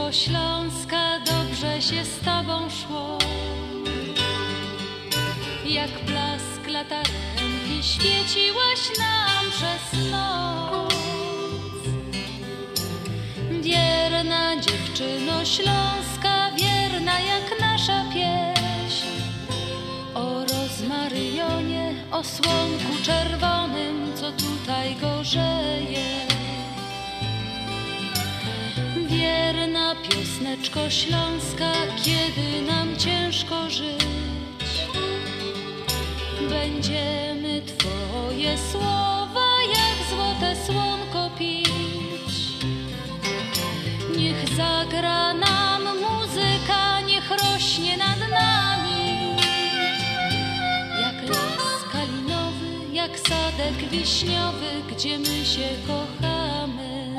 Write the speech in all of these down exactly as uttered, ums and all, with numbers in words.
Piosneczko śląska, dobrze się z tobą szło. Jak blask latarenki świeciłaś nam przez noc. Wierna dziewczyno śląska, wierna jak nasza pieśń. O rozmaryjonie, o słonku czerwonym, co tutaj gorzeje. Wierna piosneczko śląska, kiedy nam ciężko żyć, będziemy twoje słowa jak złote słonko pić. Niech zagra nam muzyka, niech rośnie nad nami. Jak las kalinowy, jak sadek wiśniowy, gdzie my się kochamy.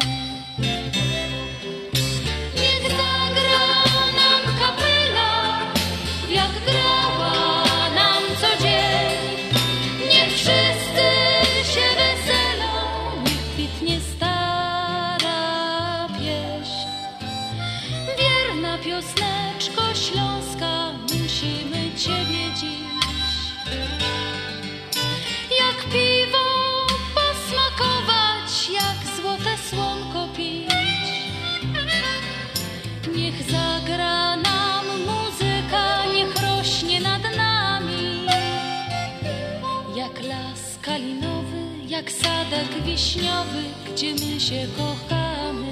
Niech zagra nam kapela, jak grała nam co dzień. Niech wszyscy się weselą, niech kwitnie stara pieśń. Wierna piosneczko śląska, musimy ciebie dziś jak piwo posmakować, jak złote słonko pić. Niech zagra nam muzyka, niech rośnie nad nami. Jak las kalinowy, jak sadek wiśniowy, gdzie my się kochamy.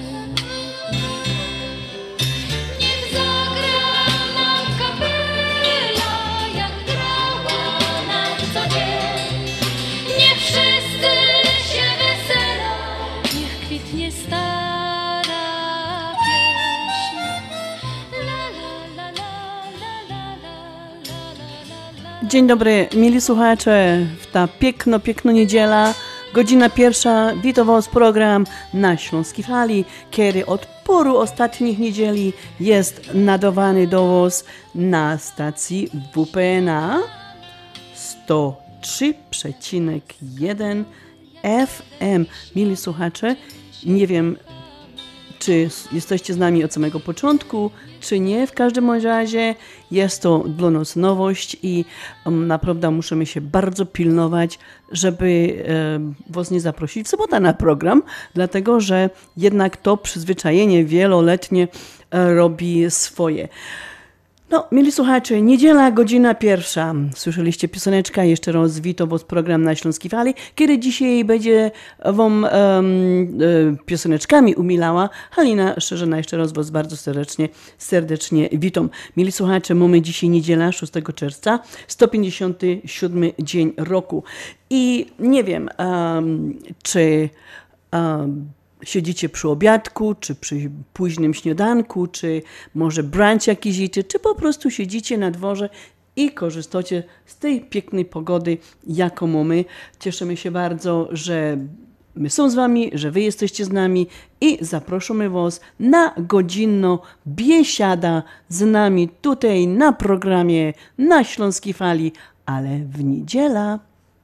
Niech zagra nam kapela, jak grała nam co dzień. Niech wszyscy się weselą, niech kwitnie stara pieśń. La, la, la, la, la, la, la, la, la. Dzień dobry, mili słuchacze, w ta piękno, piękno niedziela, godzina pierwsza, witam was program na Śląskiej Fali, kiedy od poru ostatnich niedzieli jest nadawany do was na stacji W P N A sto trzy przecinek jeden F M. Mili słuchacze, nie wiem, czy jesteście z nami od samego początku, czy nie. W każdym razie jest to dla nas nowość i um, naprawdę musimy się bardzo pilnować, żeby um, was nie zaprosić w sobotę na program, dlatego że jednak to przyzwyczajenie wieloletnie e, robi swoje. No, mili słuchacze, niedziela, godzina pierwsza. Słyszeliście pioseneczka, jeszcze raz witam was program na Śląskiej Fali, kiedy dzisiaj będzie wam um, pioseneczkami umilała Halina Szerzena. Jeszcze raz was bardzo serdecznie, serdecznie witam. Mili słuchacze, mamy dzisiaj niedziela, szóstego czerwca, sto pięćdziesiąty siódmy dzień roku. I nie wiem, um, czy... Um, siedzicie przy obiadku, czy przy późnym śniadanku, czy może brunch jakiś idzie, czy po prostu siedzicie na dworze i korzystacie z tej pięknej pogody, jaką mamy. Cieszymy się bardzo, że my są z wami, że wy jesteście z nami i zapraszamy was na godzinną biesiada z nami tutaj na programie na Śląskiej Fali, ale w niedziela.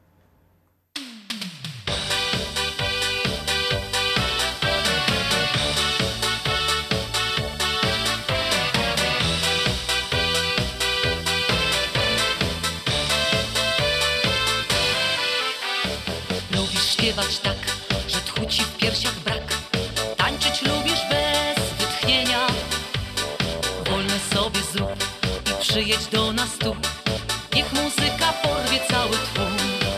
Śpiewać tak, że tchu ci w piersiach brak. Tańczyć lubisz bez wytchnienia. Wolne sobie zrób i przyjedź do nas tu. Niech muzyka porwie cały tłum.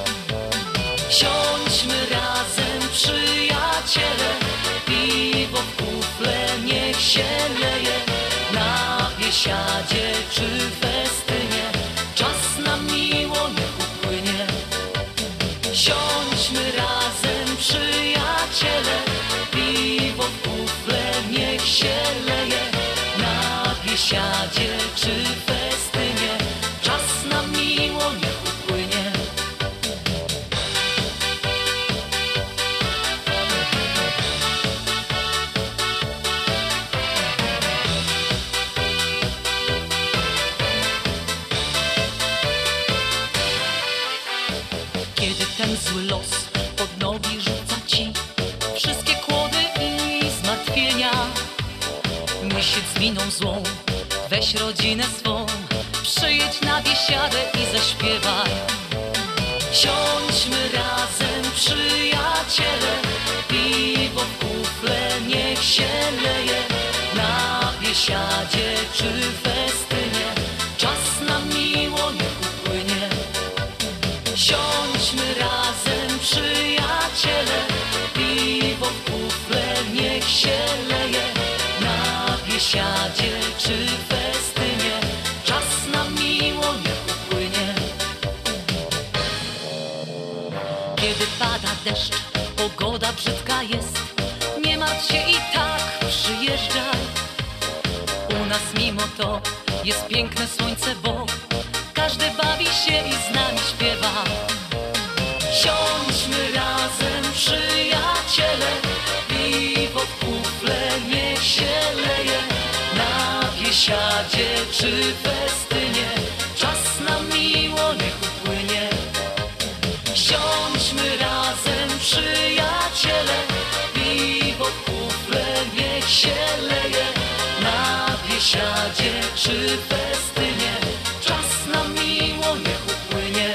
Siądźmy razem, przyjaciele. Piwo w kufle niech się leje. Na biesiadzie czy festynie czas nam miło niech upłynie. Siądźmy razem, przyjaciele, piwo w kufle niech się leje. Na biesiadzie czy festynie czas nam miło niech upłynie. Kiedy ten zły los pod nogi rzuca ci wszystkie kłody i zmartwienia, my się tańczyć z miną złą. Weź rodzinę swą, przyjedź na biesiadę i zaśpiewaj. Siądźmy razem, przyjaciele, piwo w kufle niech się leje. Na biesiadzie czy festynie czas nam miło niech upłynie. Siądźmy razem, przyjaciele, piwo w kufle niech się leje. Na biesiadzie czy festynie czas nam miło niech upłynie. Kiedy pada deszcz, pogoda brzydka jest, nie martw się i tak przyjeżdżaj. U nas mimo to jest piękne słońce, bo każdy bawi się i z nami śpiewa. Siądźmy razem, przyjaciele, piwo w kufle niech się leje. Na biesiadzie czy festynie czas nam miło niech upłynie. Siądźmy razem, przyjaciele, piwo w kufle niech się leje. Na biesiadzie czy festynie czas nam miło niech upłynie.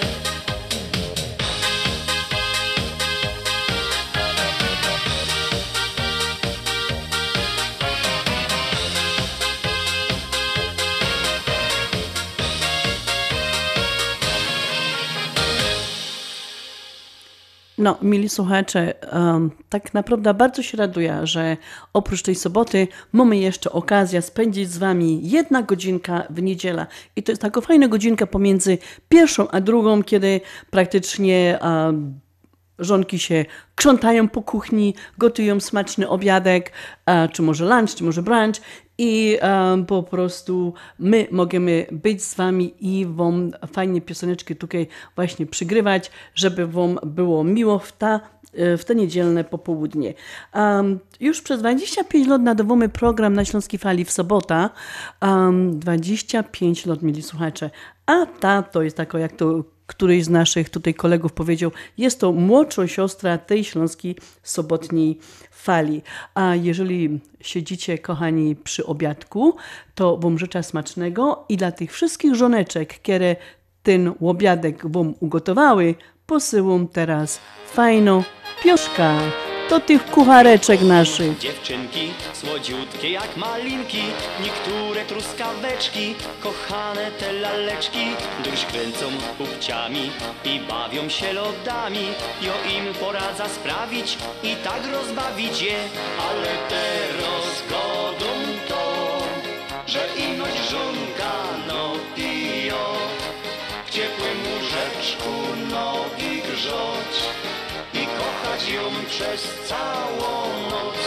No, mili słuchacze, um, tak naprawdę bardzo się raduję, że oprócz tej soboty mamy jeszcze okazję spędzić z wami jedna godzinka w niedzielę. I to jest taka fajna godzinka pomiędzy pierwszą a drugą, kiedy praktycznie um, żonki się krzątają po kuchni, gotują smaczny obiadek, a, czy może lunch, czy może brunch i um, po prostu my możemy być z wami i wam fajnie pioseneczki tutaj właśnie przygrywać, żeby wam było miło w ta w te niedzielne popołudnie. Um, już przez dwadzieścia pięć lat nadawamy program na Śląskiej Fali w sobota. Um, dwadzieścia pięć lat, mieli słuchacze. A ta to jest taka, jak to któryś z naszych tutaj kolegów powiedział, jest to młodsza siostra tej śląskiej sobotniej fali. A jeżeli siedzicie, kochani, przy obiadku, to wam życzę smacznego i dla tych wszystkich żoneczek, które ten obiadek wam ugotowały, posyłam teraz fajną pioszkę do tych kuchareczek naszych. Dziewczynki słodziutkie jak malinki, niektóre truskaweczki, kochane te laleczki, duś kręcą pupciami i bawią się lodami. Jo im poradza sprawić i tak rozbawić je, ale teraz godą to, że inoć żonka no i jo w ciepłym łóżeczku nogi grzać i kochać ją przez całą noc.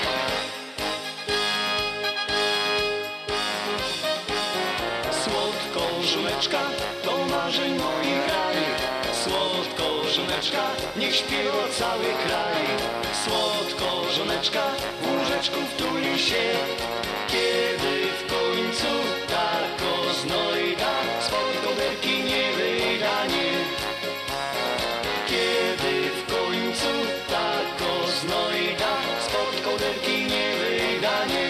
Słodko żoneczka to marzeń moich raj. Słodko żoneczka, niech śpiewa cały kraj. Słodko żoneczka, w łóżeczku wtuli się, kiedy w końcu tako znojda spod kołderki nie wydanie. Kiedy w końcu tako znojda spod kołderki nie wydanie.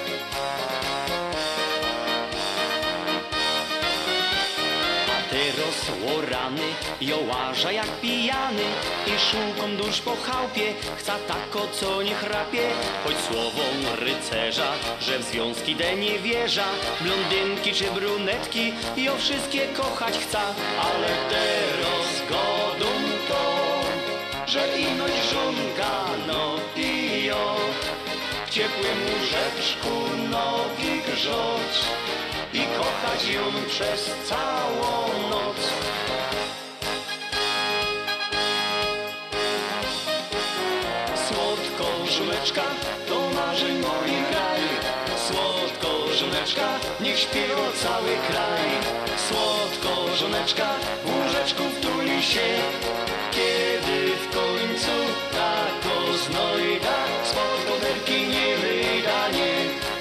A teraz o rany jołaża jak pijany i szukam dusz po chałupie, chca tako co nie chrapie, choć słowom rycerza, że w związki de nie wierza, blondynki czy brunetki jo wszystkie kochać chca, ale teraz godą to, że inoć żonka no i jo w ciepłym łóżeczku nogi grzać i kochać ją przez całą noc. Słodko żoneczka to marzeń moich raj. Słodko żoneczka, niech śpiewa cały kraj. Słodko żoneczka, w łóżeczku wtuli się, kiedy w końcu tako znojda spod kołderki nie wydanie.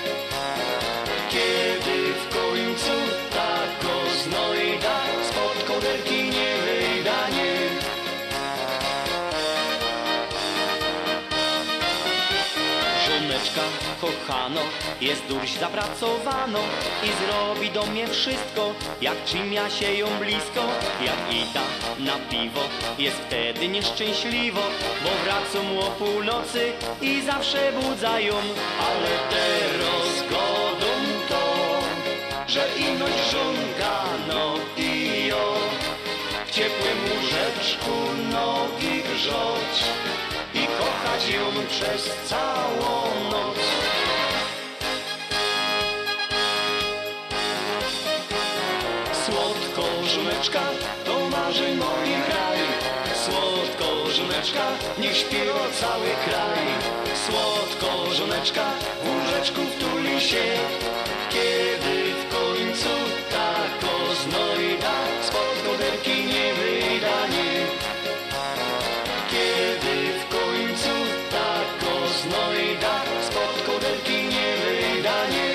Kiedy w końcu tako znojda spod kołderki nie wydanie. Żoneczka kocha kochano, jest durś zapracowano i zrobi do mnie wszystko, jak czym ja się ją blisko. Jak ida na piwo, jest wtedy nieszczęśliwo, bo wracam o północy i zawsze budzają. Ale teraz godą to, że inoś żonka, no i jo, w ciepłym łóżeczku nogi grzać i kochać ją przez całą noc. Słodko żoneczka, to marzeń moich kraj. Słodko żoneczka, niech śpiewa cały kraj. Słodko żoneczka, w łóżeczku wtuli się, kiedy w końcu tako znojda spod koderki nie wyjda, nie. Kiedy w końcu tako znojda spod koderki nie wyjda, nie.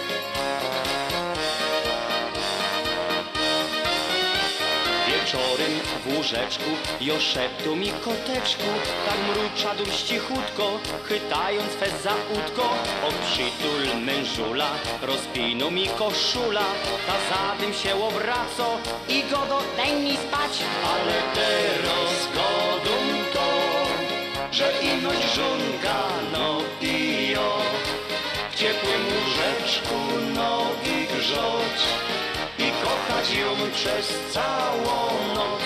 Wieczorem w łóżeczku jo szeptu mi koteczku, tak mrucza dość cichutko, chytając fez za udko. Od przytul mężula rozpinął mi koszula, ta za tym się obraco i godo daj mi spać. Ale teraz godą to, że inoś żonka, no i jo, w ciepłym łóżeczku nogi grzać i kochać ją przez całą noc.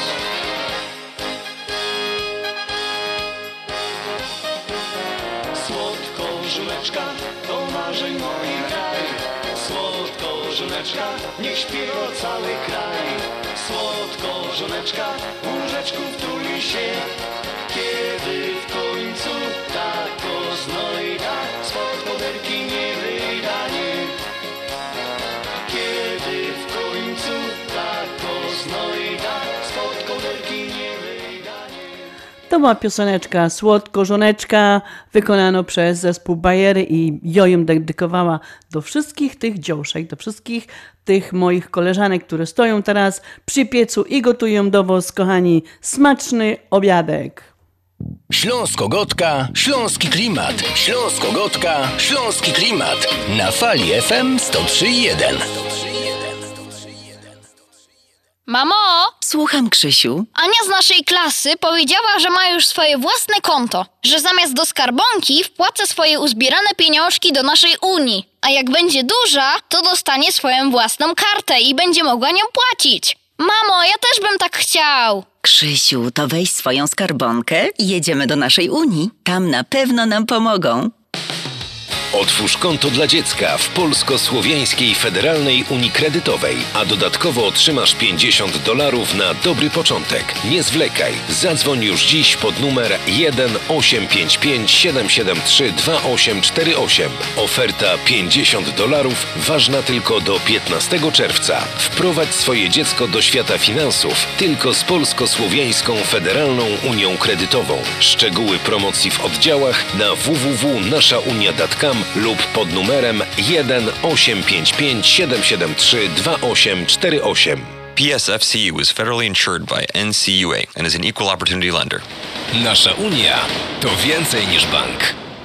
Słodko żoneczka, to marzeń moich kraj. Słodko żoneczka, niech śpiewa cały kraj. Słodko żoneczka, w łóżeczku wtuli się, kiedy w końcu tako znojda spod koderki nie wyjda, nie. Kiedy w końcu tako znojda spod koderki nie wyjda, nie. To była pioseneczka Słodko żoneczka, wykonano przez zespół Bajery i ja ją dedykowała do wszystkich tych dziąszek, do wszystkich tych moich koleżanek, które stoją teraz przy piecu i gotują do was, kochani, smaczny obiadek. Śląsko-Gotka, śląski klimat. Śląsko-Gotka, śląski klimat. Na fali F M sto trzy i jeden. Mamo! Słucham, Krzysiu. Ania z naszej klasy powiedziała, że ma już swoje własne konto, że zamiast do skarbonki wpłaca swoje uzbierane pieniążki do naszej Unii, a jak będzie duża, to dostanie swoją własną kartę i będzie mogła nią płacić. Mamo, ja też bym tak chciał. Krzysiu, to weź swoją skarbonkę i jedziemy do naszej Unii. Tam na pewno nam pomogą. Otwórz konto dla dziecka w Polsko-Słowiańskiej Federalnej Unii Kredytowej, a dodatkowo otrzymasz pięćdziesiąt dolarów na dobry początek. Nie zwlekaj. Zadzwoń już dziś pod numer jeden osiem pięć pięć siedem siedem trzy dwa osiem cztery osiem. Oferta pięćdziesiąt dolarów ważna tylko do piętnastego czerwca. Wprowadź swoje dziecko do świata finansów tylko z Polsko-Słowiańską Federalną Unią Kredytową. Szczegóły promocji w oddziałach na w w w kropka nasza unia kropka com lub pod numerem jeden osiem pięć pięć siedem siedem trzy dwa osiem cztery osiem. P S F C U is federally insured by N C U A and is an equal opportunity lender. Nasza Unia to więcej niż bank.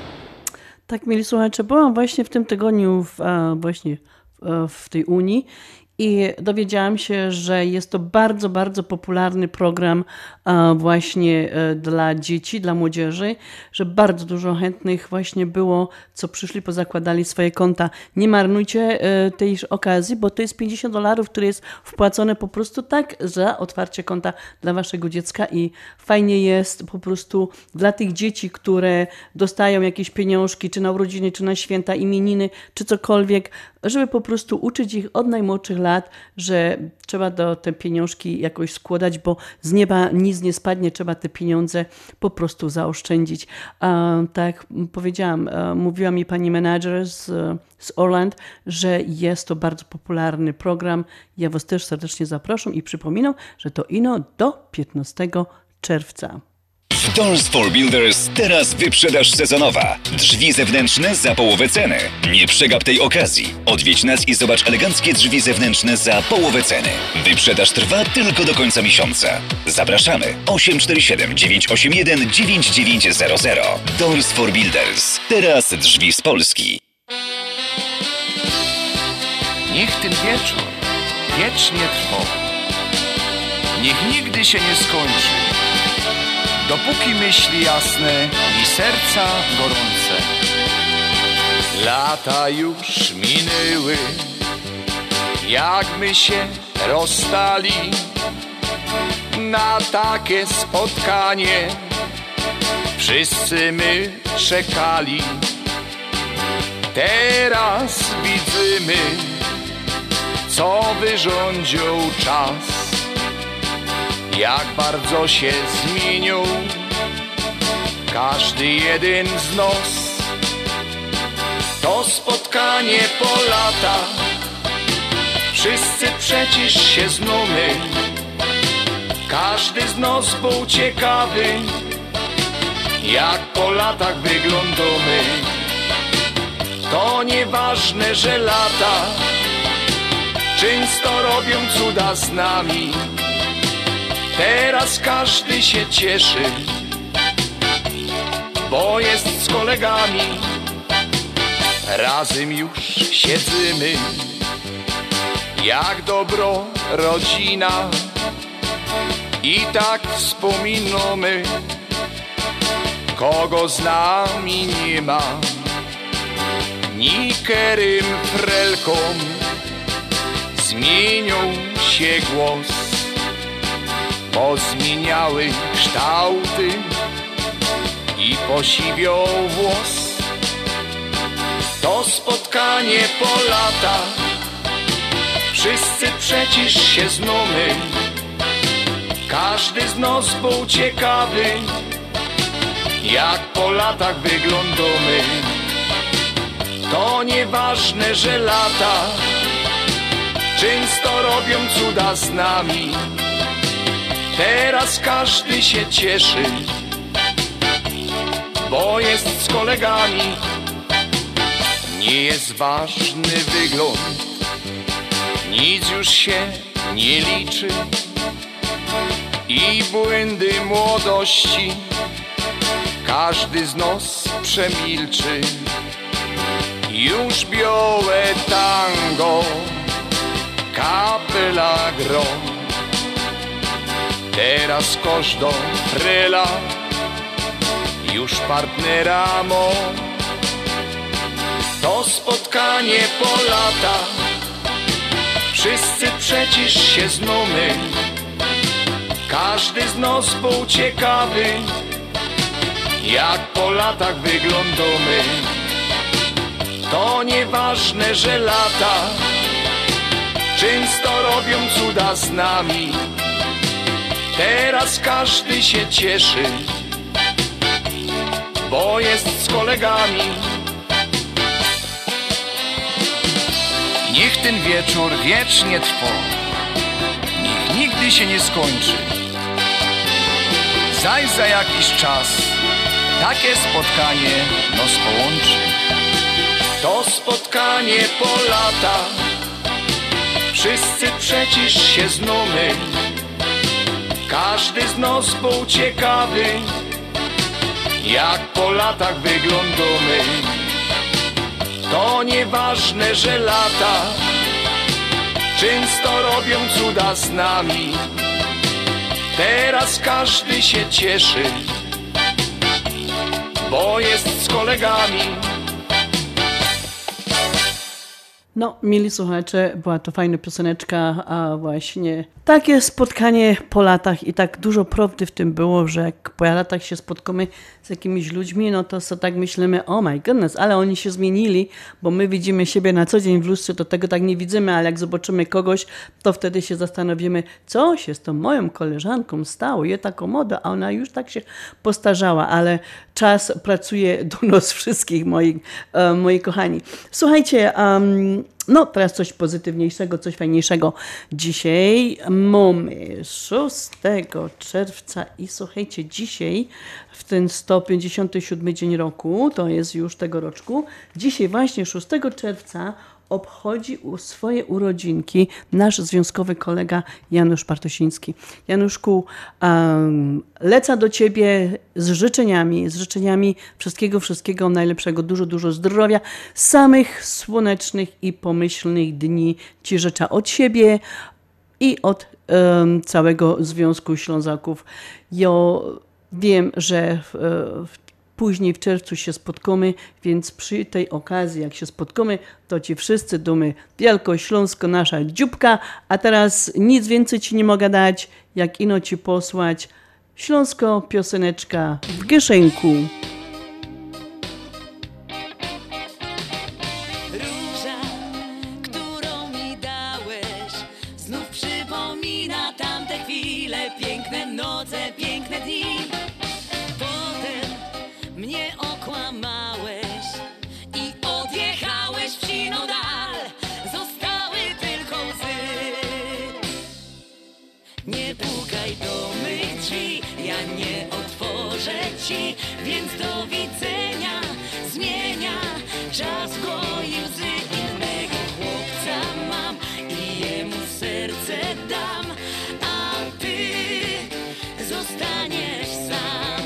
Tak, mieli słuchacze, byłam właśnie w tym tygodniu w, a, właśnie w, w tej Unii i dowiedziałam się, że jest to bardzo, bardzo popularny program a, właśnie e, dla dzieci, dla młodzieży, że bardzo dużo chętnych właśnie było, co przyszli, pozakładali swoje konta. Nie marnujcie e, tej okazji, bo to jest pięćdziesiąt dolarów, które jest wpłacone po prostu tak za otwarcie konta dla waszego dziecka i fajnie jest po prostu dla tych dzieci, które dostają jakieś pieniążki, czy na urodziny, czy na święta, imieniny, czy cokolwiek, żeby po prostu uczyć ich od najmłodszych lat, że trzeba do te pieniążki jakoś składać, bo z nieba nic nie spadnie, trzeba te pieniądze po prostu zaoszczędzić. Um, tak powiedziałam, um, mówiła mi pani menadżer z, z Orland, że jest to bardzo popularny program. Ja was też serdecznie zapraszam i przypominam, że to ino do piętnastego czerwca. W Doors for Builders teraz wyprzedaż sezonowa. Drzwi zewnętrzne za połowę ceny. Nie przegap tej okazji. Odwiedź nas i zobacz eleganckie drzwi zewnętrzne za połowę ceny. Wyprzedaż trwa tylko do końca miesiąca. Zapraszamy osiem cztery siedem dziewięć osiem jeden dziewięć dziewięć zero zero. Doors for Builders. Teraz drzwi z Polski. Niech ten wieczór wiecznie trwał. Niech nigdy się nie skończy, dopóki myśli jasne i serca gorące. Lata już minęły, jak my się rozstali, na takie spotkanie wszyscy my czekali. Teraz widzimy, co wyrządził czas, jak bardzo się zmienił każdy jeden z nas. To spotkanie po latach, wszyscy przecież się znamy. Każdy z nas był ciekawy, jak po latach wyglądamy. To nieważne, że lata często robią cuda z nami. Teraz każdy się cieszy, bo jest z kolegami. Razem już siedzimy, jak dobro rodzina. I tak wspominamy, kogo z nami nie ma. Niektórym frelkom zmienił się głos, pozmieniały kształty i posiwiał włos. To spotkanie po latach, wszyscy przecież się znamy. Każdy z nas był ciekawy, jak po latach wyglądamy. To nieważne, że lata często robią cuda z nami. Teraz każdy się cieszy, bo jest z kolegami. Nie jest ważny wygląd, nic już się nie liczy. I błędy młodości każdy z nas przemilczy. Już białe tango kapela gro, teraz każda frela już partnera ma. To spotkanie po latach, wszyscy przecież się znamy. Każdy z nas był ciekawy, jak po latach wyglądamy. To nieważne, że lata często robią cuda z nami. Teraz każdy się cieszy, bo jest z kolegami. Niech ten wieczór wiecznie trwa, niech nigdy się nie skończy. Zaś za jakiś czas takie spotkanie nas połączy. To spotkanie po latach, wszyscy przecież się znamy. Każdy z nas był ciekawy, jak po latach wyglądamy. To nieważne, że lata często robią cuda z nami. Teraz każdy się cieszy, bo jest z kolegami. No, mili słuchacze, była to fajna pioseneczka, a właśnie takie spotkanie po latach i tak dużo prawdy w tym było, że jak po latach się spotkamy z jakimiś ludźmi, no to so tak myślimy, oh my goodness, ale oni się zmienili, bo my widzimy siebie na co dzień w lustrze, to tego tak nie widzimy, ale jak zobaczymy kogoś, to wtedy się zastanowimy, co się z tą moją koleżanką stało, je ta komoda, a ona już tak się postarzała, ale czas pracuje do nas wszystkich, moi, uh, moi kochani. Słuchajcie, um, no teraz coś pozytywniejszego, coś fajniejszego. Dzisiaj mamy szóstego czerwca i słuchajcie, dzisiaj w ten sto pięćdziesiąty siódmy dzień roku, to jest już tego roczku, dzisiaj właśnie szóstego czerwca obchodzi u- swoje urodzinki nasz związkowy kolega Janusz Bartosiński. Januszku, um, lecę do Ciebie z życzeniami, z życzeniami wszystkiego, wszystkiego najlepszego, dużo, dużo zdrowia, samych słonecznych i pomyślnych dni Ci życzę od siebie i od um, całego Związku Ślązaków. Ja wiem, że w, w później w czerwcu się spotkamy, więc przy tej okazji, jak się spotkamy, to Ci wszyscy dumy Wielkośląsko, nasza dzióbka, a teraz nic więcej Ci nie mogę dać, jak ino Ci posłać śląsko pioseneczka w kieszenku. Róża, którą mi dałeś, znów przypomina tamte chwile, piękne noce, piękne dni. Mnie okłamałeś i odjechałeś w siną dal, zostały tylko łzy. Nie pukaj do mych drzwi, ja nie otworzę Ci, więc do widzenia. Zmienia czas goi łzy, innego chłopca mam i jemu serce dam, a Ty zostaniesz sam.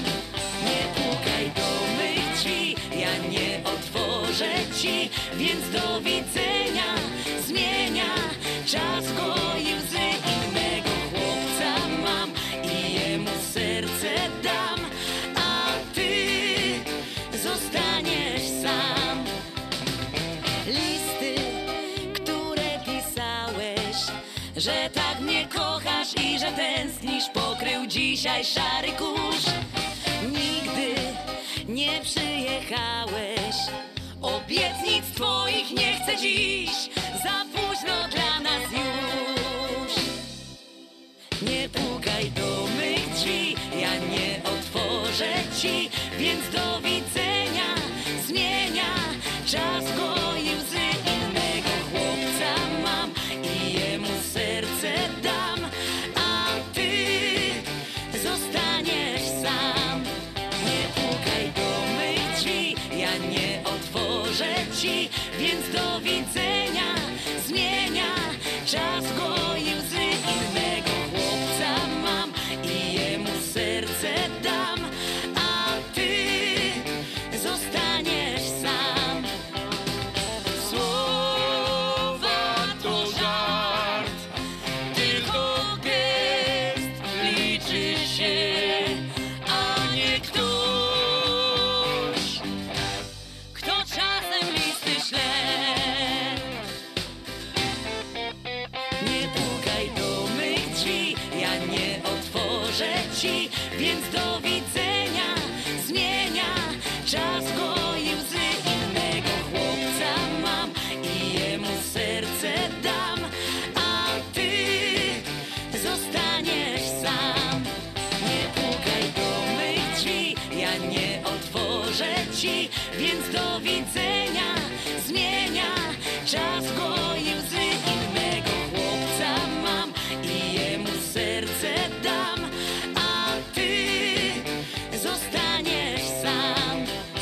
Ja nie otworzę Ci, więc do widzenia. Zmienia czas goi łzy, innego chłopca mam i jemu serce dam, a Ty zostaniesz sam. Listy, które pisałeś, że tak mnie kochasz i że tęsknisz, pokrył dzisiaj szary kurz. Nigdy nie przyjechałeś, obietnic Twoich nie chcę dziś, za późno dla nas już. Nie pukaj do mych drzwi, ja nie otworzę Ci, więc do widzenia. Zmienia czas goi łzy, innego chłopca mam i jemu serce dam, a Ty zostaniesz sam. Ja nie otworzę Ci, więc do widzenia. Zmienia czas goi łzy, innego chłopca mam i jemu serce dam, a Ty zostaniesz sam. Słowa to żart, tylko gest liczy się, a nie ktoś. Ci, więc do widzenia. Zmienia czas goi łzy, innego chłopca mam i jemu serce dam, a Ty zostaniesz sam. Nie pukaj do mych drzwi, ja nie otworzę Ci, więc do widzenia. Zmienia czas goi łzy, innego chłopca mam i jemu serce dam, zostaniesz sam.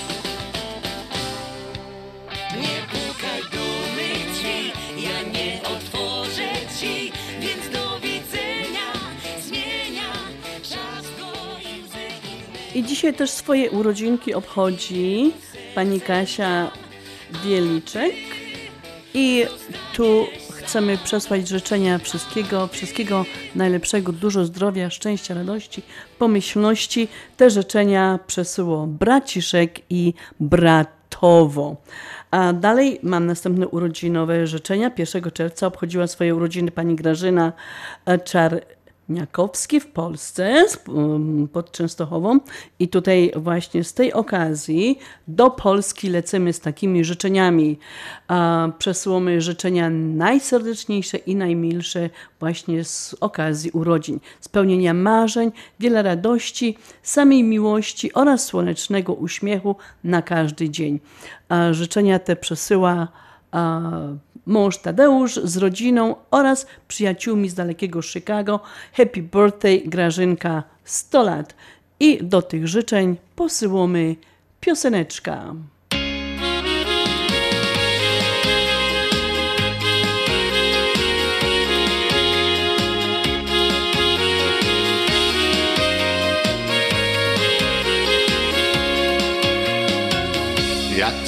Nie pukaj do mych drzwi, ja nie otworzę Ci, więc do widzenia. Zmienia czas goi łzy. I dzisiaj też swoje urodzinki obchodzi pani Kasia Wieliczek i tu chcemy przesłać życzenia wszystkiego, wszystkiego najlepszego, dużo zdrowia, szczęścia, radości, pomyślności. Te życzenia przesyło braciszek i bratowo. A dalej mam następne urodzinowe życzenia. pierwszego czerwca obchodziła swoje urodziny pani Grażyna Czarniakowski w Polsce, pod Częstochową. I tutaj właśnie z tej okazji do Polski lecimy z takimi życzeniami. Przesyłamy życzenia najserdeczniejsze i najmilsze właśnie z okazji urodzin. Spełnienia marzeń, wiele radości, samej miłości oraz słonecznego uśmiechu na każdy dzień. Życzenia te przesyła mąż Tadeusz z rodziną oraz przyjaciółmi z dalekiego Chicago. Happy birthday Grażynka sto lat. I do tych życzeń posyłamy pioseneczka.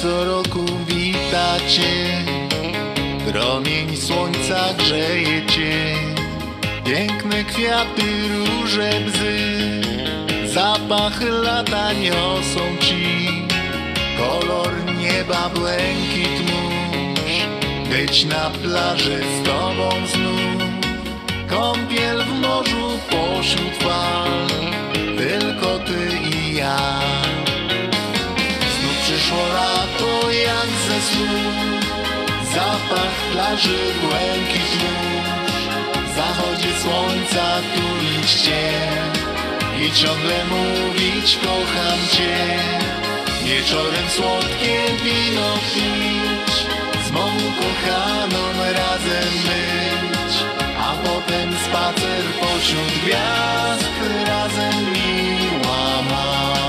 co roku wita cię, promień słońca grzeje cię. Piękne kwiaty, róże, bzy, zapach lata niosą ci. Kolor nieba, błękit mórz, być na plaży z tobą znów. Kąpiel w morzu pośród fal, tylko ty i ja. Znów przyszło lato jak ze snu, zapach plaży, błękit mórz. Zachodzie słońca tulić cię i ciągle mówić kocham cię. Wieczorem słodkie wino pić, z mą kochaną razem być, a potem spacer pośród gwiazd razem miła mam.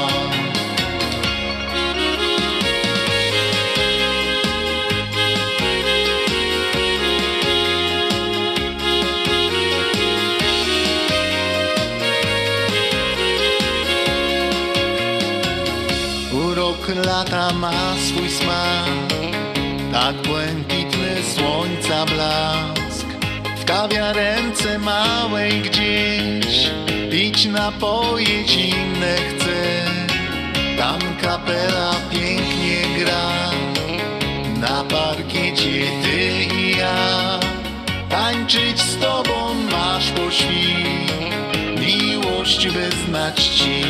Urok lata ma swój smak, tak błękitny słońca blask. W kawiarence małej gdzieś pić napoje zimne chcę. Tam kapela pięknie gra, na parkiecie ty i ja. Tańczyć z tobą masz po świt, miłość wyznać ci.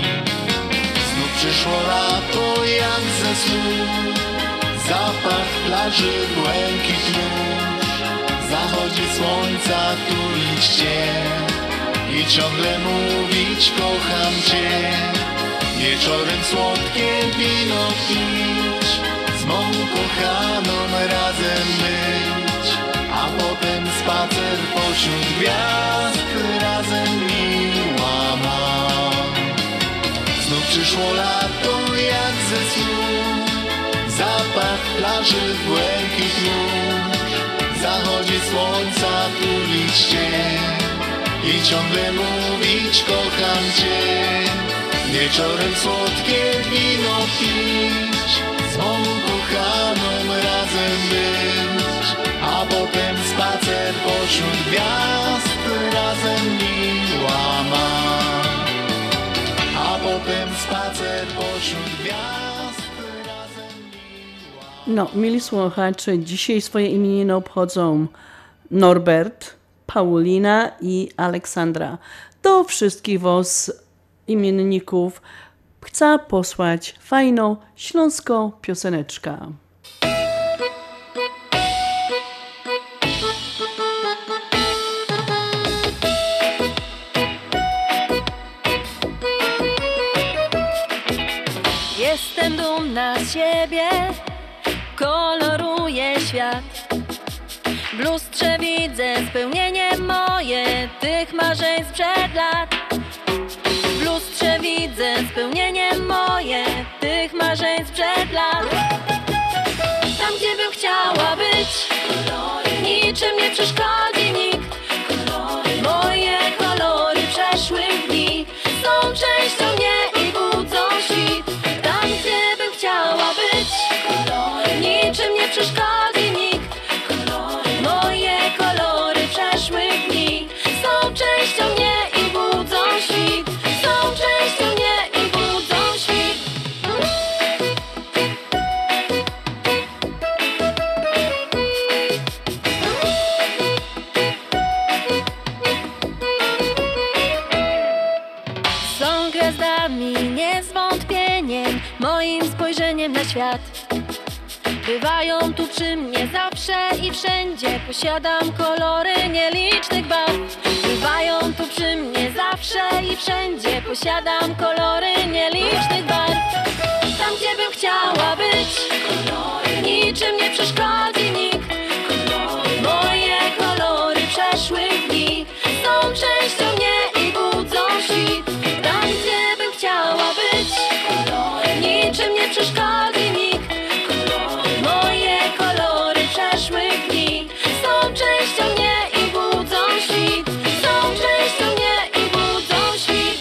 Przyszło lato jak ze snu, zapach plaży, błękit mórz. Zachodzi słońca tulić cię i ciągle mówić kocham cię. Wieczorem słodkie wino pić, z mą kochaną razem być, a potem spacer pośród gwiazd razem miła mam. Znów przyszło lato jak ze snu, zapach plaży, błękit mórz. Zachodzi słońca tulić cię i ciągle mówić kocham cię. Wieczorem słodkie wino pić, z mą kochaną razem być, a potem spacer pośród gwiazd razem miła mam. A potem spacer pośród gwiazd razem miła. No, mili słuchacze, dzisiaj swoje imieniny obchodzą Norbert, Paulina i Aleksandra. Do wszystkich was imienników chcę posłać fajną śląską pioseneczkę. Jestem dumna z siebie, koloruję świat. W lustrze widzę spełnienie moje, tych marzeń sprzed lat. W lustrze widzę spełnienie moje, tych marzeń sprzed lat. Tam, gdzie bym chciała być, niczym nie przeszkodzi nikt. Moje kolory przeszłych dni są częścią mnie i budzą świt. Tam, gdzie bym chciała być, niczym nie przeszkodzi nikt. Moje kolory przeszłych dni są częścią mnie i budzą świt. Są częścią mnie i budzą świt. Są gwiazdami niezwątpieniem, moim spojrzeniem na świat. Bywają tu przy mnie zawsze i wszędzie, posiadam kolory nielicznych barw. Bywają tu przy mnie zawsze i wszędzie, posiadam kolory nielicznych barw. Tam, gdzie bym chciała być, niczym nie przeszkodzi nikt. Moje kolory przeszłych dni są częścią mnie i budzą świt. Tam, gdzie bym chciała być, niczym nie przeszkodzi nikt. Moje kolory przeszłych dni są częścią mnie i budzą świt. Są częścią mnie i budzą świt.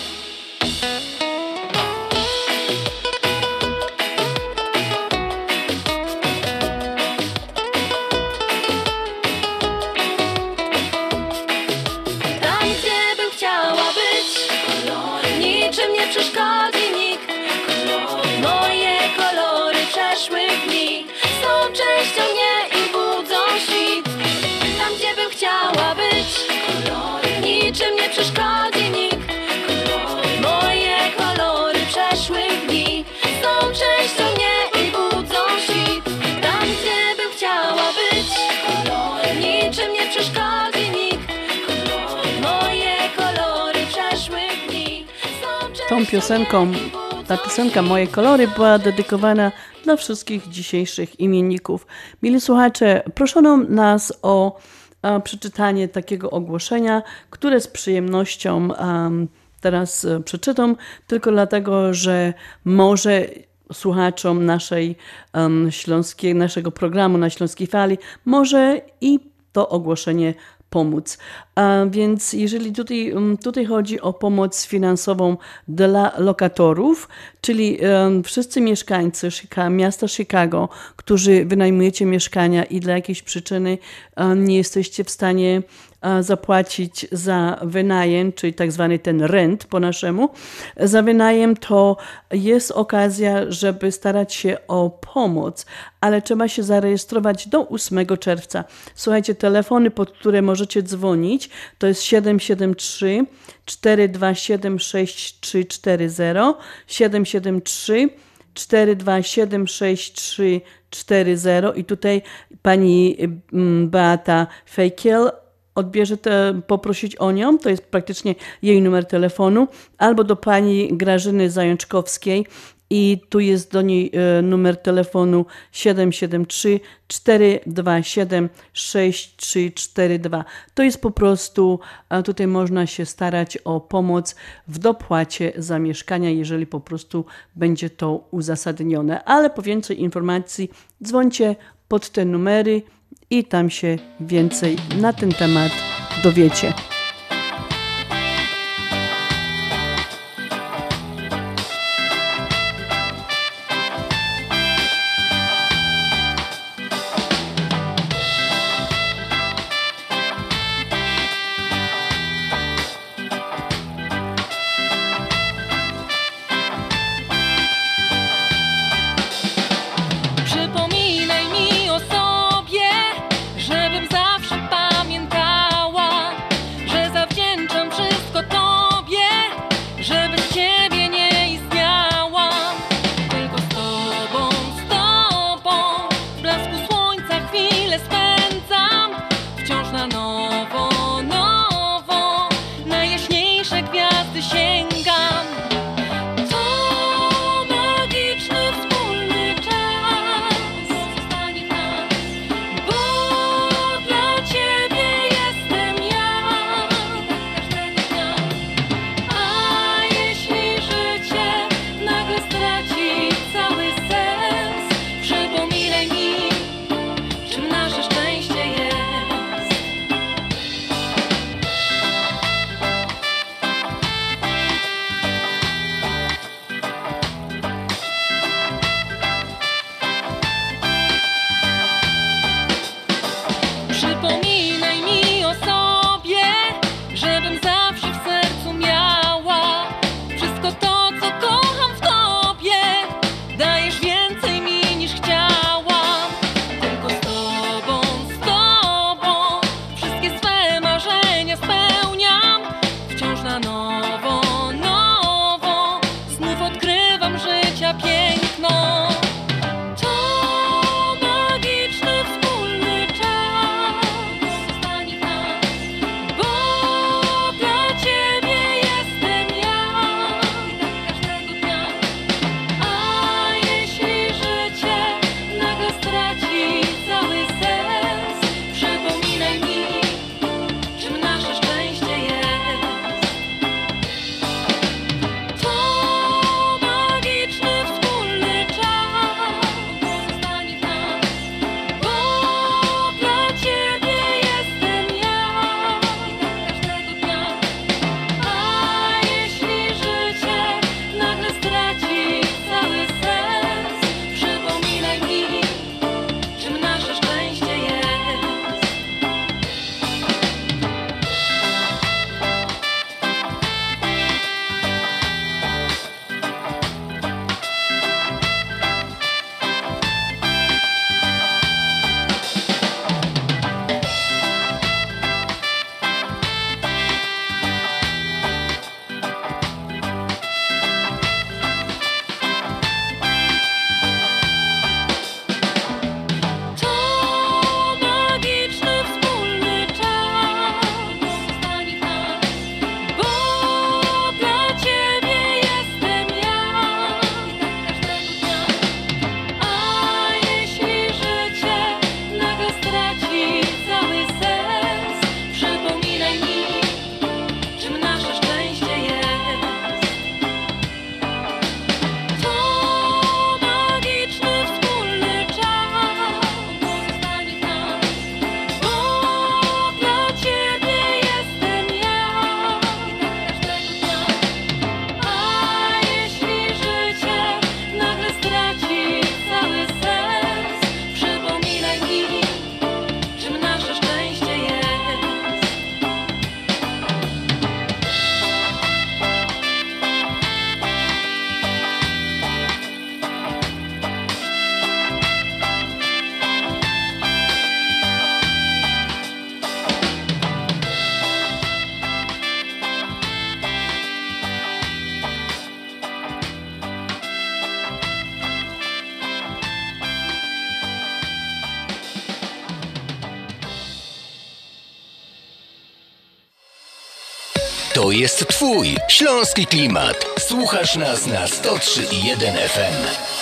piosenką, ta piosenka Moje kolory była dedykowana dla wszystkich dzisiejszych imienników. Mili słuchacze, proszono nas o a, przeczytanie takiego ogłoszenia, które z przyjemnością um, teraz e, przeczytam, tylko dlatego, że może słuchaczom naszej um, śląskiej, naszego programu na Śląskiej Fali może i to ogłoszenie pomóc. A więc jeżeli tutaj, tutaj chodzi o pomoc finansową dla lokatorów, czyli um, wszyscy mieszkańcy Chica- miasta Chicago, którzy wynajmujecie mieszkania i dla jakiejś przyczyny um, nie jesteście w stanie um, zapłacić za wynajem, czyli tak zwany ten rent po naszemu, za wynajem, to jest okazja, żeby starać się o pomoc, ale trzeba się zarejestrować do ósmego czerwca. Słuchajcie, telefony, pod które możecie dzwonić, to jest siedem siedem trzy, cztery dwa siedem, sześć trzy cztery zero, siedem siedem trzy, cztery dwa siedem, sześć trzy cztery zero i tutaj pani Beata Fejkiel odbierze te, poprosić o nią, to jest praktycznie jej numer telefonu, albo do pani Grażyny Zajączkowskiej i tu jest do niej e, numer telefonu siedem siedem trzy, cztery dwa siedem, sześć trzy cztery dwa. To jest po prostu, a tutaj można się starać o pomoc w dopłacie za mieszkania, jeżeli po prostu będzie to uzasadnione. Ale po więcej informacji dzwońcie pod te numery i tam się więcej na ten temat dowiecie. Przypominaj mi o sobie, żebym zawsze pamiętała, To jest twój śląski klimat. Słuchasz nas na sto trzy i jeden F M.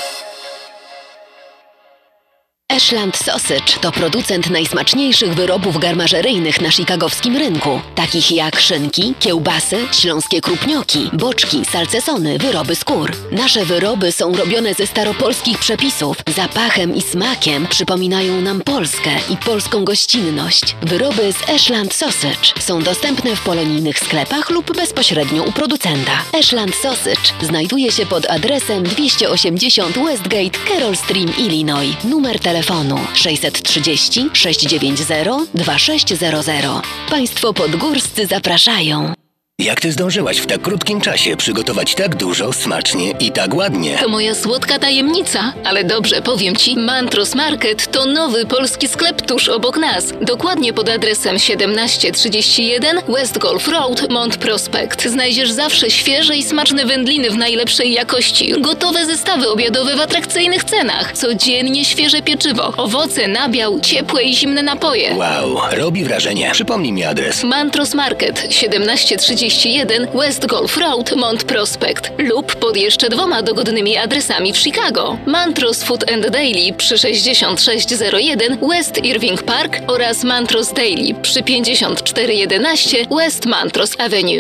Ashland Sausage to producent najsmaczniejszych wyrobów garmażeryjnych na chicagowskim rynku, takich jak szynki, kiełbasy, śląskie krupnioki, boczki, salcesony, wyroby skór. Nasze wyroby są robione ze staropolskich przepisów. Zapachem i smakiem przypominają nam Polskę i polską gościnność. Wyroby z Ashland Sausage są dostępne w polonijnych sklepach lub bezpośrednio u producenta. Ashland Sausage znajduje się pod adresem dwieście osiemdziesiąt Westgate, Carroll Stream, Illinois. Numer telefonu Telefonu sześćset trzydzieści sześćset dziewięćdziesiąt dwa sześć zero zero. Państwo podgórscy zapraszają. Jak ty zdążyłaś w tak krótkim czasie przygotować tak dużo, smacznie i tak ładnie? To moja słodka tajemnica, ale dobrze, powiem ci, Mantros Market to nowy polski sklep tuż obok nas. Dokładnie pod adresem siedemnaście trzydzieści jeden West Golf Road, Mont Prospect. Znajdziesz zawsze świeże i smaczne wędliny w najlepszej jakości, gotowe zestawy obiadowe w atrakcyjnych cenach, codziennie świeże pieczywo, owoce, nabiał, ciepłe i zimne napoje. Wow, robi wrażenie. Przypomnij mi adres. Mantros Market, siedemnaście trzydzieści jeden West Golf Road, Mont Prospect lub pod jeszcze dwoma dogodnymi adresami w Chicago. Mantros Food and Daily przy sześćdziesiąt sześć zero jeden West Irving Park oraz Mantros Daily przy pięćdziesiąt cztery jedenaście West Mantros Avenue.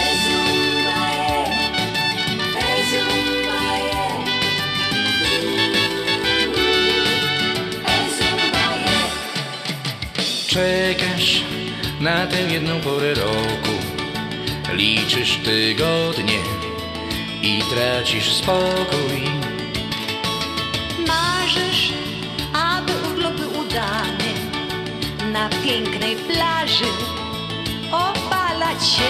Czekasz na tę jedną porę roku, liczysz tygodnie i tracisz spokój. Marzysz, aby urlop był udany, na pięknej plaży opalać się.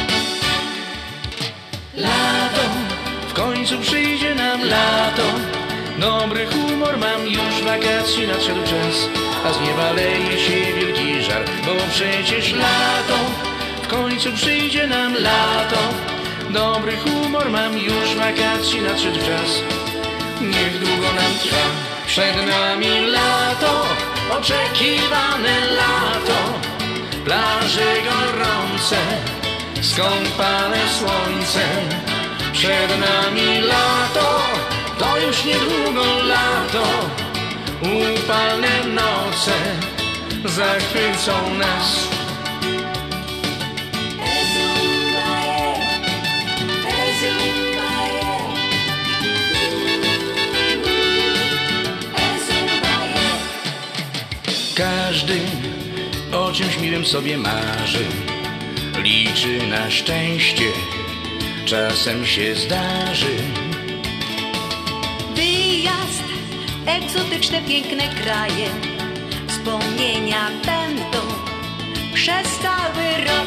Lato, w końcu przyjdzie nam lato. Dobry humor mam, już wakacji nadszedł czas, a z nieba leje się wielki żar, bo przecież lato. W końcu przyjdzie nam lato. Dobry humor mam, już wakacji nadszedł czas. Niech długo nam trwa, przed nami lato, oczekiwane lato. Plaże gorące, skąpane słońcem. Przed nami lato, to już niedługo lato. Upalne noce zachwycą nas. Każdy o czymś miłym sobie marzy, liczy na szczęście, czasem się zdarzy. Wyjazd, egzotyczne, piękne kraje, wspomnienia będą przez cały rok.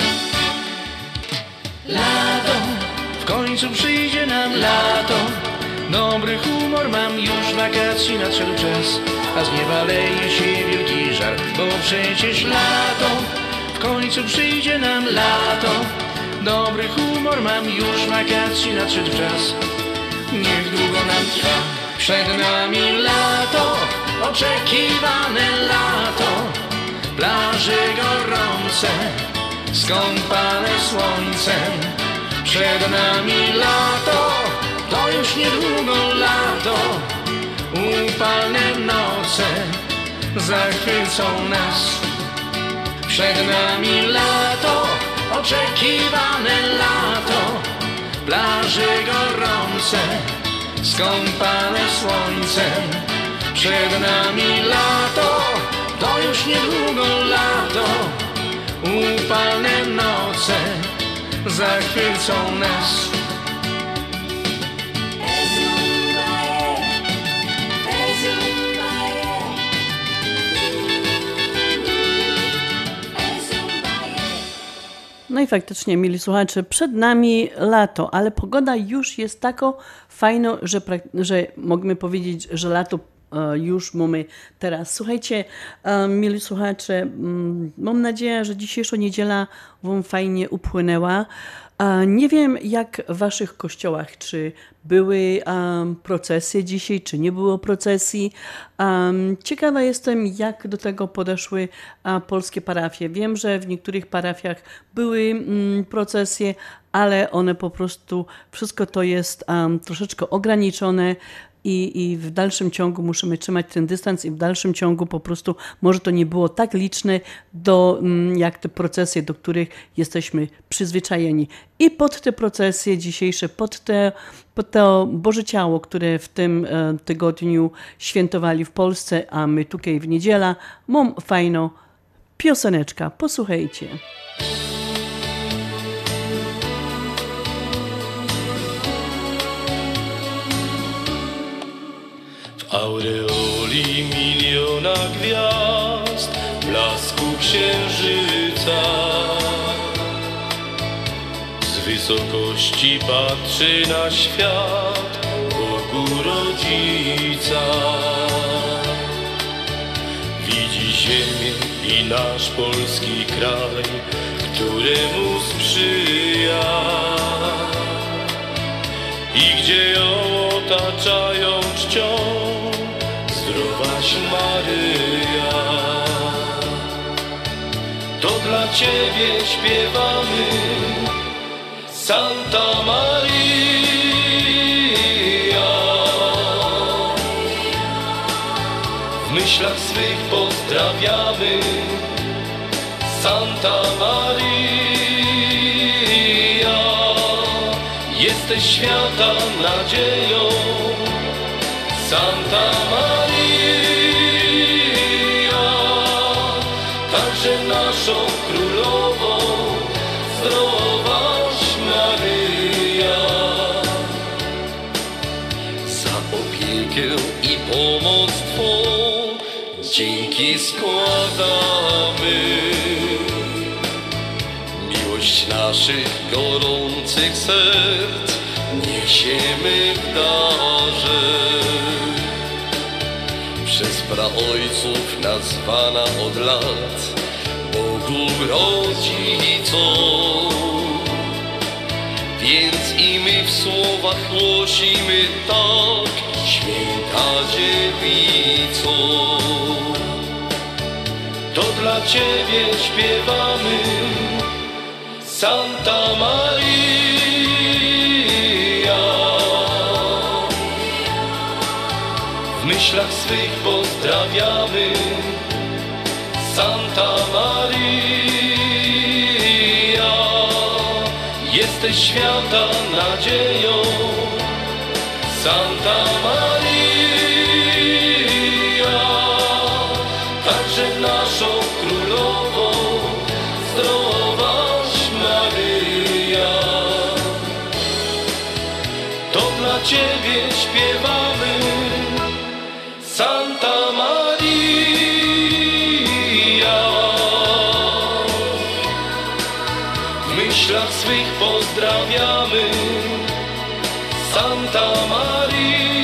Lato, w końcu przyjdzie nam lato. Dobry humor mam, już wakacji nadszedł czas, a z nieba leje się wielki żar, bo przecież lato. W końcu przyjdzie nam lato. Dobry humor mam, już wakacji nadszedł czas. Niech długo nam trwa, przed nami lato, oczekiwane lato. Plaże gorące, skąpane słońcem. Przed nami lato, to już niedługo lato. Upalne noce zachwycą nas. Przed nami lato, oczekiwane lato. Plaże gorące, skąpane słońcem. Przed nami lato, to już niedługo lato. Upalne noce zachwycą nas. No i faktycznie, mili słuchacze, przed nami lato, ale pogoda już jest tako fajna, że, że możemy powiedzieć, że lato już mamy teraz. Słuchajcie, mili słuchacze, mam nadzieję, że dzisiejsza niedziela wam fajnie upłynęła. A nie wiem, jak w waszych kościołach, czy były um, procesje dzisiaj, czy nie było procesji. Um, ciekawa jestem, jak do tego podeszły a, polskie parafie. Wiem, że w niektórych parafiach były mm, procesje, ale one po prostu, wszystko to jest um, troszeczkę ograniczone. I, I w dalszym ciągu musimy trzymać ten dystans i w dalszym ciągu po prostu może to nie było tak liczne do, jak te procesje, do których jesteśmy przyzwyczajeni. I pod te procesje dzisiejsze, pod, te, pod to Boże Ciało, które w tym tygodniu świętowali w Polsce, a my tutaj w niedziela, mam fajną pioseneczkę. Posłuchajcie. W aureoli miliona gwiazd, blasku księżyca, z wysokości patrzy na świat Bogu Rodzica. Widzi ziemię i nasz polski kraj, któremu sprzyja, i gdzie ją otaczają czcią zdrowaś Maryja. To dla Ciebie śpiewamy, Santa Maria. W myślach swych pozdrawiamy, Santa Maria. Jesteś świata nadzieją, Santa Maria. Także naszą królową, zdrowaś Maryja. Za opiekę i pomoc Twą dzięki składamy. Miłość naszych gorących serc niesiemy w darze. Przez praojców nazwana od lat Bogu Rodzicą. Więc i my w słowach głosimy tak, święta dziewico. To dla Ciebie śpiewamy, Santa Maria. W myślach swych pozdrawiamy, Santa Maria. Jesteś świata nadzieją, Santa Maria. Także naszą królową, zdrowaś Maryja. To dla Ciebie śpiewamy, Santa Maria. W myślach swych pozdrawiamy, Santa Maria.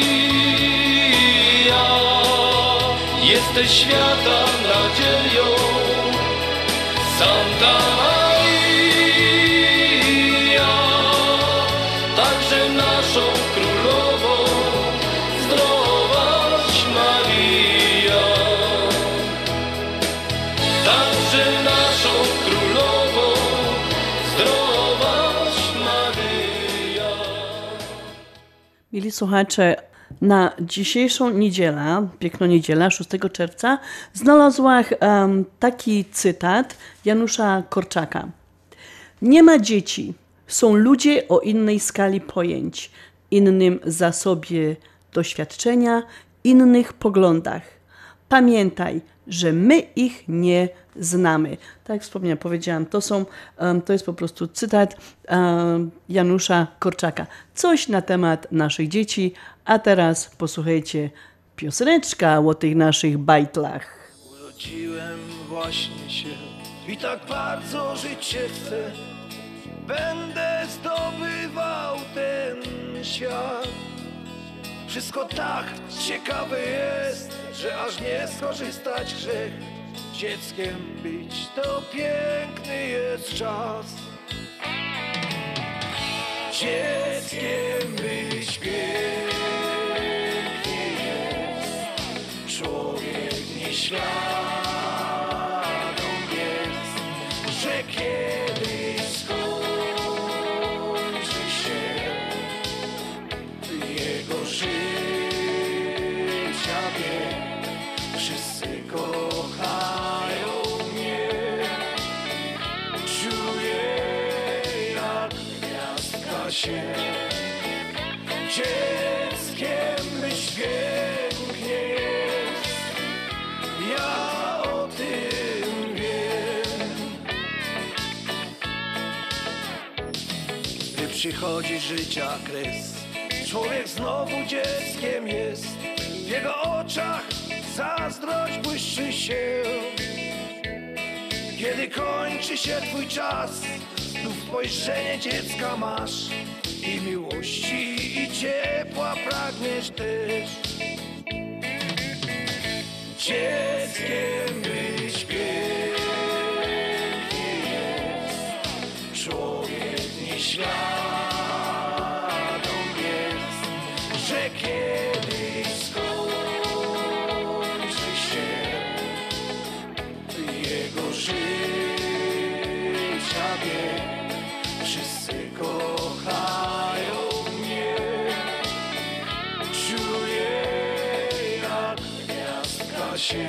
Jesteś świata nadzieją, Santa Maria. Także naszą królową, zdrowaś Maria. Także naszą królową, zdrowaś Maryja. Mili słuchacze, na dzisiejszą niedzielę, piękną niedzielę, szóstego czerwca, znalazłam um, taki cytat Janusza Korczaka. Nie ma dzieci, są ludzie o innej skali pojęć, innym zasobie doświadczenia, innych poglądach. Pamiętaj, że my ich nie znamy. Tak jak wspomniałam, powiedziałam, to, są, um, to jest po prostu cytat um, Janusza Korczaka. Coś na temat naszych dzieci, a teraz posłuchajcie pioseneczka o tych naszych bajtlach. Urodziłem właśnie się i tak bardzo żyć się chcę. Będę zdobywał ten świat. Wszystko tak ciekawe jest, że aż nie skorzystać grzech. Dzieckiem być to piękny jest czas. Dzieckiem być pięknie jest, człowiek nieświadom jest, że kiedyś skończy się jego życia bieg. Wszyscy kochają mnie, czuję jak gwiazdka się. Dzieckiem być pięknie jest, ja o tym wiem. Gdy przychodzi życia kres, człowiek znowu dzieckiem jest. W jego oczach zazdrość błyszczy się. Kiedy kończy się twój czas, znów spojrzenie dziecka masz i miłości i ciepła pragniesz też. Dzieckiem być pięknie jest, człowiek nieświadom jest, że kiedyś skończy się jego życia bieg. Wszyscy kochają mnie, czuję jak gwiazdka się.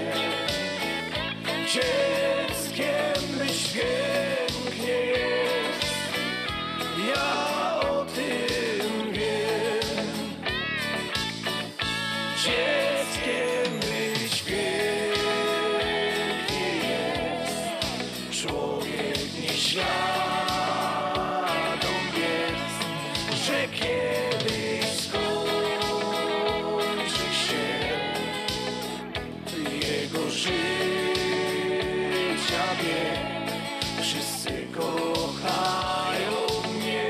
Dzieckiem być pięknie jest, ja o tym wiem. Dzieckiem być pięknie jest, człowiek nieświadom jest, że kiedyś skończy się jego życia bieg. Wszyscy kochają mnie,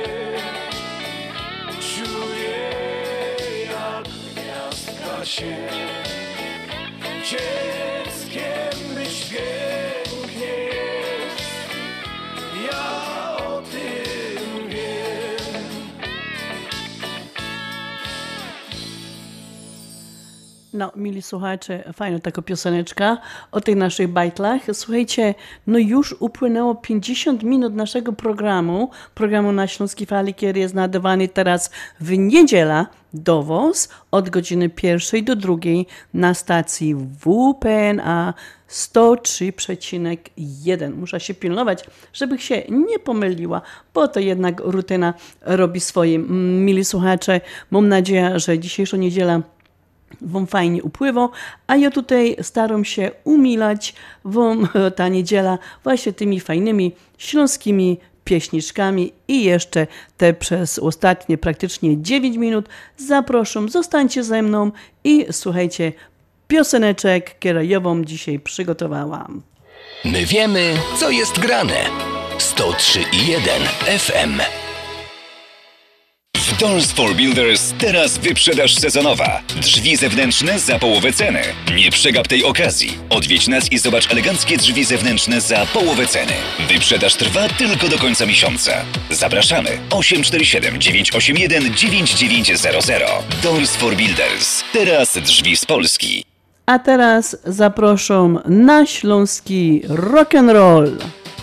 czuję jak gwiazdka się. Dzieckiem być pięknie jest, ja o tym wiem. No, mili słuchacze, fajna taka pioseneczka o tych naszych bajtlach. Słuchajcie, no już upłynęło pięćdziesiąt minut naszego programu, programu na Śląskiej Fali, który jest nadawany teraz w niedziela do W O S od godziny pierwszej do drugiej na stacji W P N A sto trzy przecinek jeden. Muszę się pilnować, żeby się nie pomyliła, bo to jednak rutyna robi swoje. Mili słuchacze, mam nadzieję, że dzisiejsza niedziela wam fajnie upływa, a ja tutaj staram się umilać wam ta niedziela właśnie tymi fajnymi śląskimi pieśniczkami i jeszcze te przez ostatnie praktycznie dziewięć minut zapraszam, zostańcie ze mną i słuchajcie pioseneczek, które ja wam dzisiaj przygotowałam. My wiemy, co jest grane. sto trzy i jeden F M. W Doors for Builders teraz wyprzedaż sezonowa. Drzwi zewnętrzne za połowę ceny. Nie przegap tej okazji. Odwiedź nas i zobacz eleganckie drzwi zewnętrzne za połowę ceny. Wyprzedaż trwa tylko do końca miesiąca. Zapraszamy osiem cztery siedem dziewięć osiem jeden dziewięć dziewięć zero zero. Doors for Builders. Teraz drzwi z Polski. A teraz zapraszam na śląski rock'n'roll.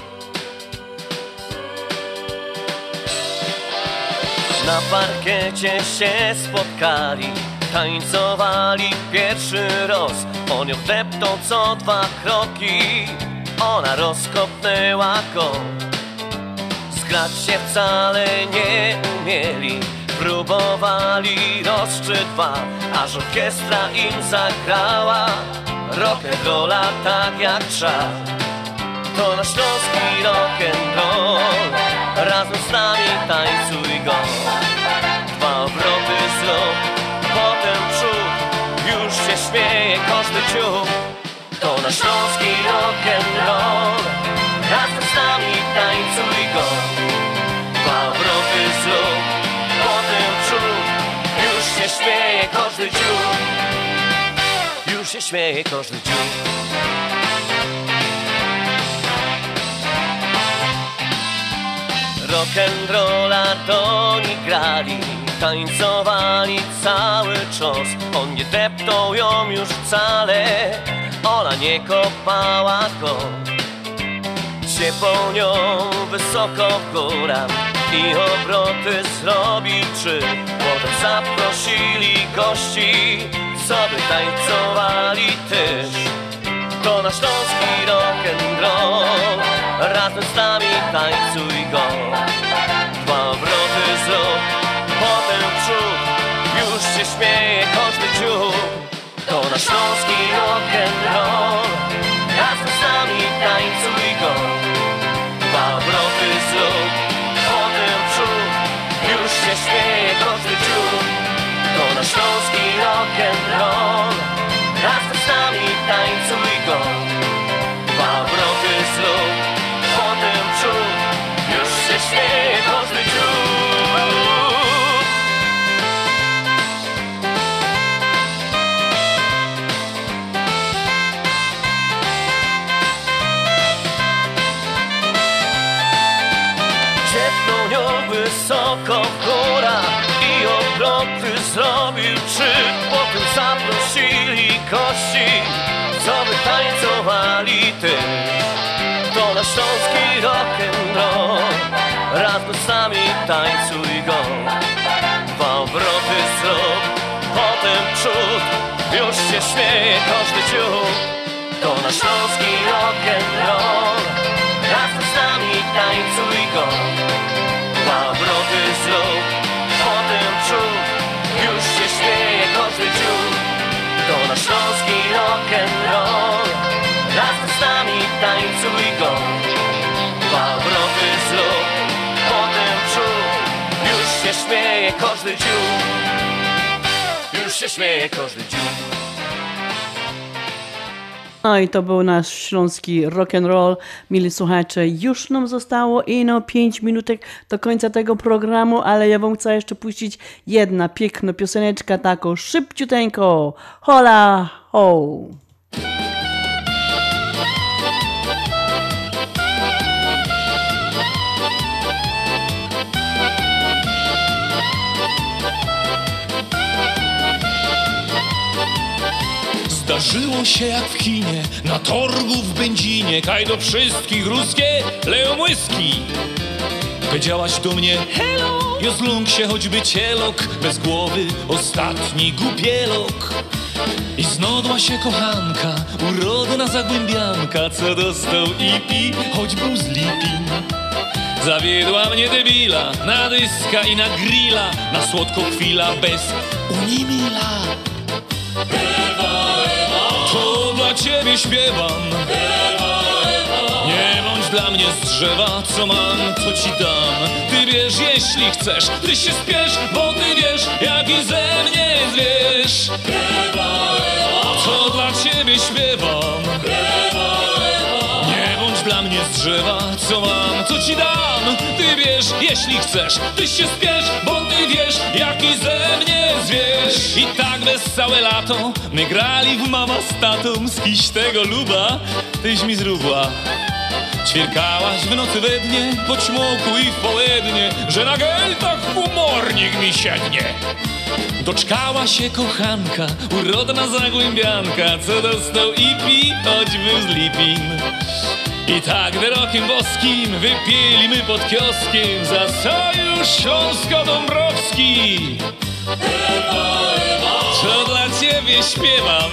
Na parkiecie się spotkali, tańcowali pierwszy roz. On ją wdepnął co dwa kroki, ona rozkopnęła go. Zgrać się wcale nie umieli, próbowali rozczy dwa, aż orkiestra im zagrała rock'n'rolla tak jak trzeba. To nasz śląski rock'n'roll, razem z nami tańcuj go. Dwa obroty zrób, potem przód, już się śmieje każdy ciuch. To nasz śląski rock'n'roll, razem z nami tańcuj go. Dwa obroty zrób, potem przód, już się śmieje każdy ciuch. Już się śmieje każdy ciuch. rock'n'rolla to oni grali, tańcowali cały czas. On nie deptał ją już wcale, ona nie kopała go. Ciepło nią wysoko w górach i obroty zrobił trzy. Potem zaprosili gości, co by tańcowali też. To nasz śląski rock'n'roll, razem z nami tańcuj go. Dwa obroty zrób, potem przód, już się śmieje każdy ciuch. To nasz śląski rock'n'roll, razem z nami tańcuj go. Dwa obroty zrób, potem przód, już się śmieje każdy ciuch. To nasz śląski rock'n'roll, razem z nami tańcuj go. Dwa obroty zrób, potem przód, już się śmieje każdy ciuch. Ciepną nią wysoko w górach i obroty zrobił trzy. Potem zaprosili gości, co by tańcowali też. To nasz śląski rock'n'roll, razem z nami tańcuj go. Dwa obroty zrób, potem przód, już się śmieje każdy ciuch. To nasz śląski rock'n'roll, razem z nami tańcuj go. Dwa obroty zrób, potem przód, już się śmieje każdy ciuch. To nasz śląski rock'n'roll, razem z nami tańcuj go. Dwa obroty zrób, potem przód, już się śmieje każdy ciuch. Już się śmieje każdy ciuch. No i to był nasz śląski rock'n'roll. Mili słuchacze, już nam zostało ino pięć minutek do końca tego programu, ale ja wam chcę jeszcze puścić jedna piękna pioseneczka, taką szybciuteńko. Hola ho! Zdarzyło się jak w kinie, na torgu w Będzinie, kaj do wszystkich ruskie leją łyski. Powiedziałaś do mnie hello, jozlung się choćby cielok, bez głowy ostatni gubielok. I znodła się kochanka, urodna zagłębianka, co dostał I P, choć był z Lipin. Zawiedła mnie debila, na dyska i na grilla, na słodko chwila bez unimila. To dla ciebie śpiewam. Nie bądź dla mnie z drzewa, co mam, to ci dam. Ty wiesz, jeśli chcesz, ty się spiesz, bo ty wiesz, jaki ze mnie zwierz. To dla ciebie śpiewam. Nie bądź dla mnie z drzewa, co mam, to ci dam. Ty wiesz, jeśli chcesz, ty się spiesz, bo ty wiesz, jaki ze mnie zwierz. I tak bez całe lato my grali w mama z tatą, z kiś tego luba tyś mi zrubła. Ćwierkałaś w nocy we dnie, po ćmoku i w połednie, że na geltach humornik mi siednie. Doczkała się kochanka, urodna zagłębianka, co dostał I P, choć był z Lipin. I tak wyrokiem boskim wypili my pod kioskiem za sojusz śląsko-dąbrowski. Co dla ciebie śpiewam.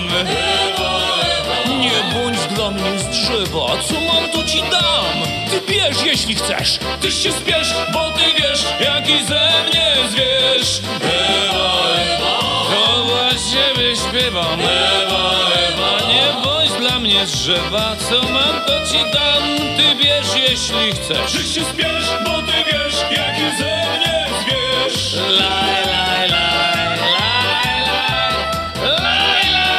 Nie bądź dla mnie z drzewa, co mam, to ci dam. Ty bierz, jeśli chcesz, ty się spiesz, bo ty wiesz, jaki ze mnie zwierz. Ewa, Ewa, to dla ciebie śpiewam. Ewa, Ewa, nie bądź dla mnie z drzewa, co mam, to ci dam. Ty bierz, jeśli chcesz, ty się spiesz, bo ty wiesz, jaki ze mnie zwierz. Laj, laj, laj, laj, laj, laj, laj.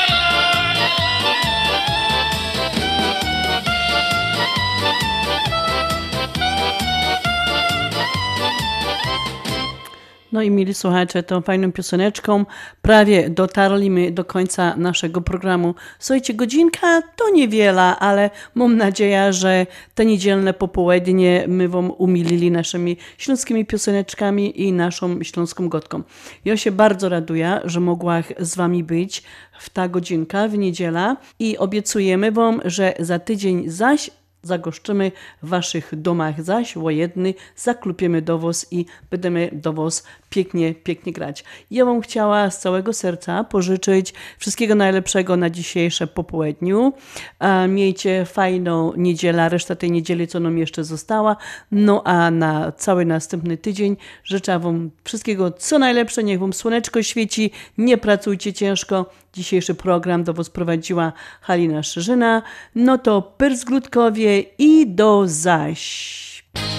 No i mili słuchacze, tą fajną pioseneczką prawie dotarliśmy do końca naszego programu. Słuchajcie, godzinka to niewiele, ale mam nadzieję, że te niedzielne popołudnie my wam umilili naszymi śląskimi pioseneczkami i naszą śląską gotką. Ja się bardzo raduję, że mogła z wami być w ta godzinka w niedziela i obiecujemy wam, że za tydzień zaś zagoszczymy w waszych domach zaś łojedny, zaklupiemy do was i będziemy do was pięknie, pięknie grać. Ja wam chciała z całego serca pożyczyć wszystkiego najlepszego na dzisiejsze popołudniu. Miejcie fajną niedzielę, reszta tej niedzieli, co nam jeszcze została. No a na cały następny tydzień życzę wam wszystkiego co najlepsze. Niech wam słoneczko świeci, nie pracujcie ciężko. Dzisiejszy program do was prowadziła Halina Szerzyna. No to pyrzglutkowie i do zaś.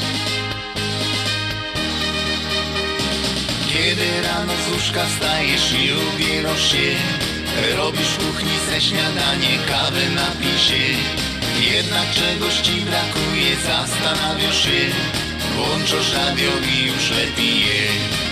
Kiedy rano z łóżka wstajesz i ubierasz się, robisz w kuchni ze śniadanie, kawę napij się. Jednak czegoś ci brakuje, zastanawiasz się, włączasz radio i już lepiej je.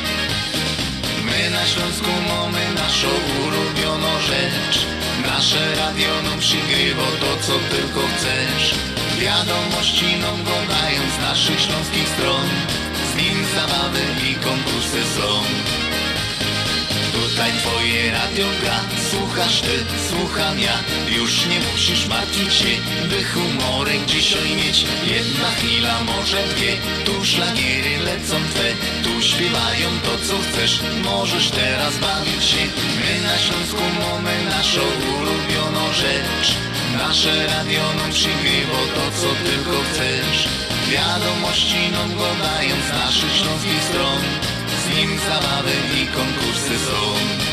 My na Śląsku mamy naszą ulubioną rzecz. Nasze radio nam przygrywa to, co tylko chcesz. Wiadomości nam gadają z naszych śląskich stron. Z nim zabawy i konkursy są. Tutaj twoje radio gra, słuchasz ty, słucham ja. Już nie musisz martwić się, by humorek dzisiaj mieć. Jedna chwila, może dwie, tu szlagiery lecą twe. Tu śpiewają to, co chcesz, możesz teraz bawić się. My na Śląsku mamy naszą ulubioną rzecz. Nasze radio nam przygrywa to, co tylko chcesz. Wiadomości nam gadają z naszych śląskich stron. Z nim zabawy i konkursy są.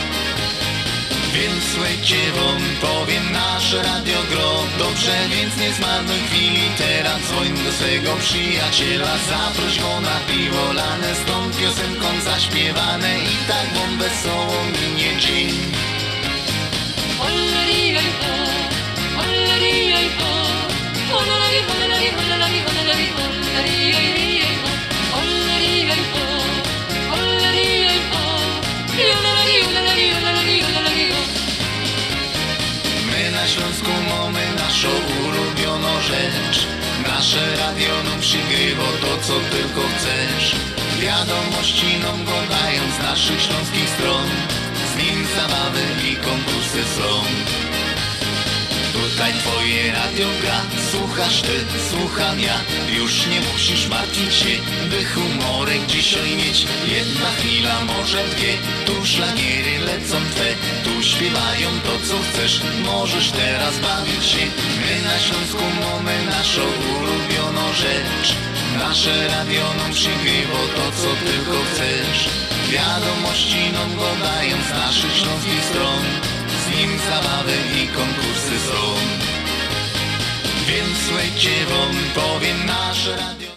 Więc słuchajcie wam, powiem nasze radio gro. Dobrze, więc nie zmarnuj chwili, teraz dzwoń do swego przyjaciela. Zaproś go na piwo lane, z tą piosenką zaśpiewane. I tak wam wesoło minie dzień. Hollerijajho, hollerijajho, hollerij, hollerij, hollerij, hollerij, hollerijajho, hollerijajho, hollerijajho, jolelerij, jolelerij, jolelerij, jolelerij. My na Śląsku mamy naszą ulubioną rzecz. Nasze radio nam przygrywa to, co tylko chcesz. Wiadomości nam gadają z naszych śląskich stron. Z nim zabawy i konkursy są. Tutaj twoje radio gra, słuchasz ty, słucham ja. Już nie musisz martwić się, by humorek dzisiaj mieć. Jedna chwila, może dwie, tu szlagiery lecą twe. Tu śpiewają to, co chcesz, możesz teraz bawić się. My na Śląsku mamy naszą ulubioną rzecz. Nasze radio nam przygrywa to, co tylko chcesz. Wiadomości nam gadają z naszych śląskich stron. Z nim zabawy i konkursy są. Więc słuchajcie wam, powiem nasze radio.